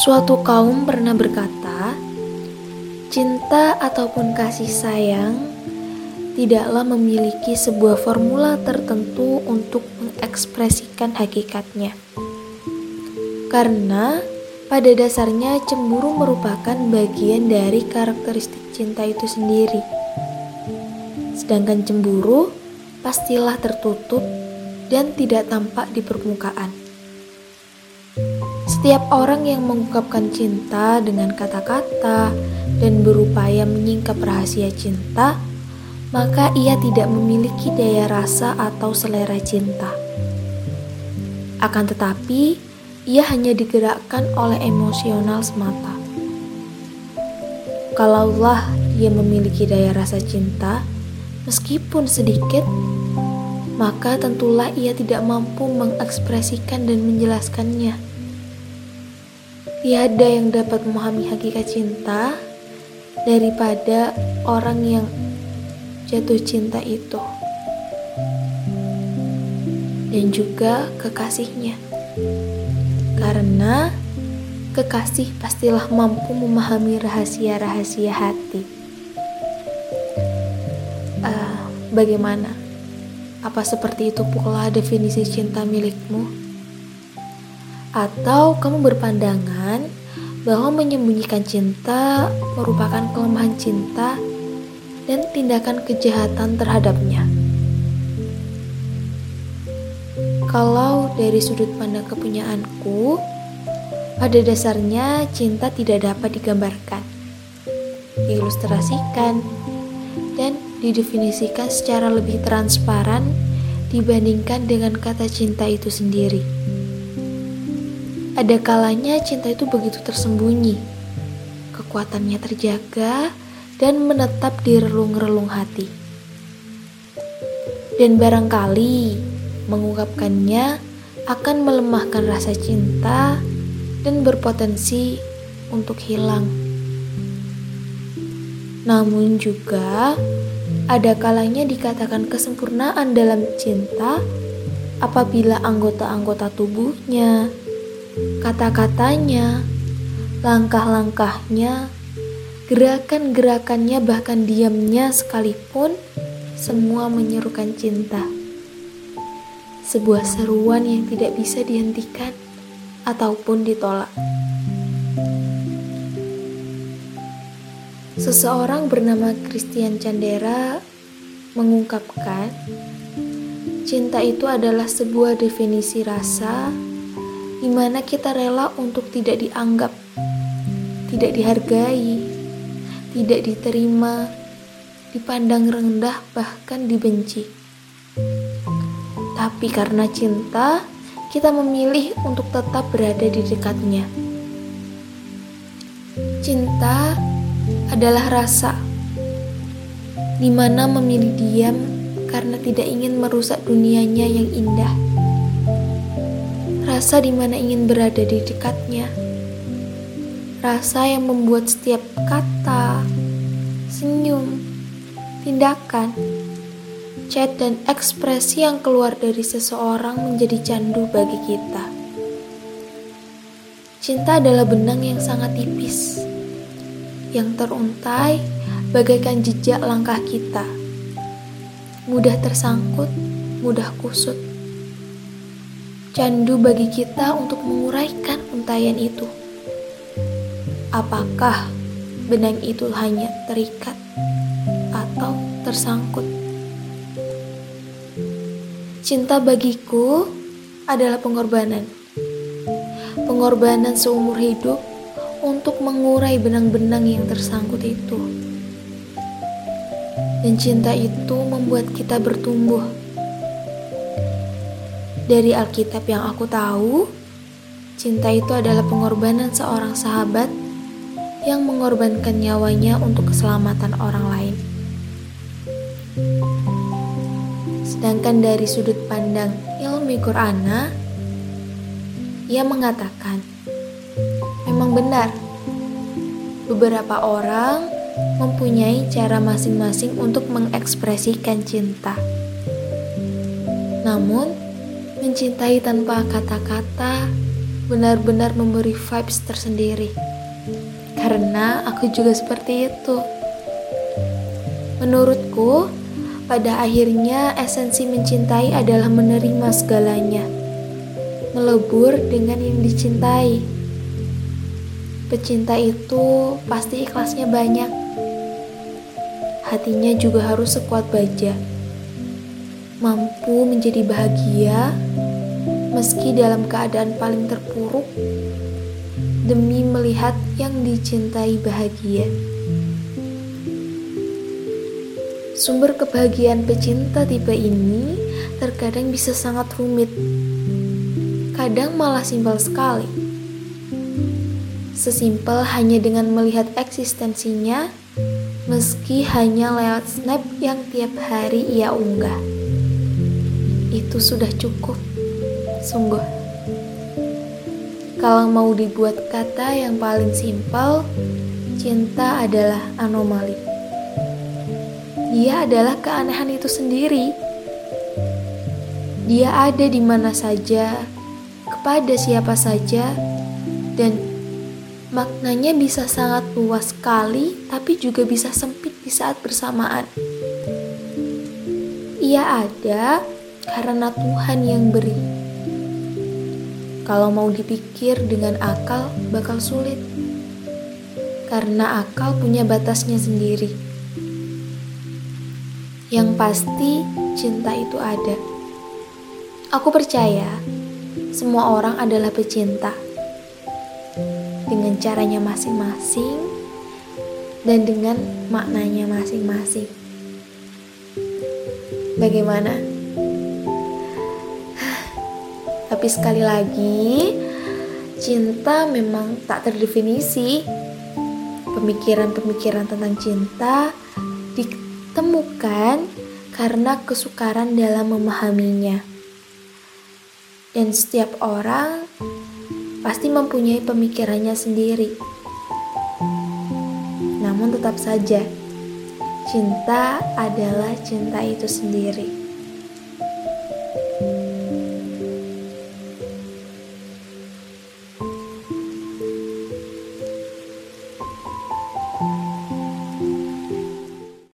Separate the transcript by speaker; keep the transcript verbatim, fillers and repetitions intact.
Speaker 1: Suatu kaum pernah berkata, cinta ataupun kasih sayang tidaklah memiliki sebuah formula tertentu untuk mengekspresikan hakikatnya. Karena pada dasarnya cemburu merupakan bagian dari karakteristik cinta itu sendiri. Sedangkan cemburu pastilah tertutup dan tidak tampak di permukaan. Setiap orang yang mengungkapkan cinta dengan kata-kata dan berupaya menyingkap rahasia cinta, maka ia tidak memiliki daya rasa atau selera cinta. Akan tetapi, ia hanya digerakkan oleh emosional semata. Kalaulah ia memiliki daya rasa cinta, meskipun sedikit, maka tentulah ia tidak mampu mengekspresikan dan menjelaskannya. Tiada yang dapat memahami hakikat cinta daripada orang yang jatuh cinta itu, dan juga kekasihnya. Karena kekasih pastilah mampu memahami rahasia-rahasia hati. Uh, bagaimana? Apa seperti itu pula definisi cinta milikmu? Atau kamu berpandangan bahwa menyembunyikan cinta merupakan kelemahan cinta dan tindakan kejahatan terhadapnya? Kalau dari sudut pandang kepunyaanku, pada dasarnya cinta tidak dapat digambarkan, diilustrasikan, dan didefinisikan secara lebih transparan dibandingkan dengan kata cinta itu sendiri. Ada kalanya cinta itu begitu tersembunyi, kekuatannya terjaga dan menetap di relung-relung hati. Dan barangkali mengungkapkannya akan melemahkan rasa cinta dan berpotensi untuk hilang. Namun juga ada kalanya dikatakan kesempurnaan dalam cinta apabila anggota-anggota tubuhnya, kata-katanya, langkah-langkahnya, gerakan-gerakannya, bahkan diamnya sekalipun, semua menyerukan cinta. Sebuah seruan yang tidak bisa dihentikan ataupun ditolak. Seseorang bernama Christian Candera mengungkapkan, cinta itu adalah sebuah definisi rasa di mana kita rela untuk tidak dianggap, tidak dihargai, tidak diterima, dipandang rendah, bahkan dibenci. Tapi karena cinta, kita memilih untuk tetap berada di dekatnya. Cinta adalah rasa di mana memilih diam karena tidak ingin merusak dunianya yang indah. Rasa di mana ingin berada di dekatnya. Rasa yang membuat setiap kata, senyum, tindakan, chat, dan ekspresi yang keluar dari seseorang menjadi candu bagi kita. Cinta adalah benang yang sangat tipis, yang teruntai bagaikan jejak langkah kita. Mudah tersangkut, mudah kusut. Candu bagi kita untuk menguraikan untaian itu. Apakah benang itu hanya terikat atau tersangkut? Cinta bagiku adalah pengorbanan. Pengorbanan seumur hidup untuk mengurai benang-benang yang tersangkut itu. Dan cinta itu membuat kita bertumbuh. Dari Alkitab yang aku tahu, cinta itu adalah pengorbanan seorang sahabat yang mengorbankan nyawanya untuk keselamatan orang lain. Sedangkan dari sudut pandang ilmu Qur'ana, ia mengatakan, memang benar, beberapa orang mempunyai cara masing-masing untuk mengekspresikan cinta. Namun, mencintai tanpa kata-kata benar-benar memberi vibes tersendiri. Karena aku juga seperti itu. Menurutku, pada akhirnya esensi mencintai adalah menerima segalanya, melebur dengan yang dicintai. Pecinta itu pasti ikhlasnya banyak. Hatinya juga harus sekuat baja, mampu menjadi bahagia meski dalam keadaan paling terpuruk demi melihat yang dicintai bahagia. Sumber kebahagiaan pecinta tipe ini terkadang bisa sangat rumit, kadang malah simpel sekali. Sesimpel hanya dengan melihat eksistensinya, meski hanya lewat snap yang tiap hari ia unggah. Itu sudah cukup, sungguh. Kalau mau dibuat kata yang paling simpel, cinta adalah anomali. Dia adalah keanehan itu sendiri. Dia ada di mana saja, kepada siapa saja, dan maknanya bisa sangat luas sekali, tapi juga bisa sempit di saat bersamaan. Ia ada karena Tuhan yang beri. Kalau mau dipikir dengan akal, bakal sulit. Karena akal punya batasnya sendiri. Yang pasti, cinta itu ada. Aku percaya, semua orang adalah pecinta. Dengan caranya masing-masing dan dengan maknanya masing-masing. Bagaimana? Tapi sekali lagi, cinta memang tak terdefinisi. Pemikiran-pemikiran tentang cinta ditemukan karena kesukaran dalam memahaminya. Dan setiap orang pasti mempunyai pemikirannya sendiri. Namun tetap saja, cinta adalah cinta itu sendiri.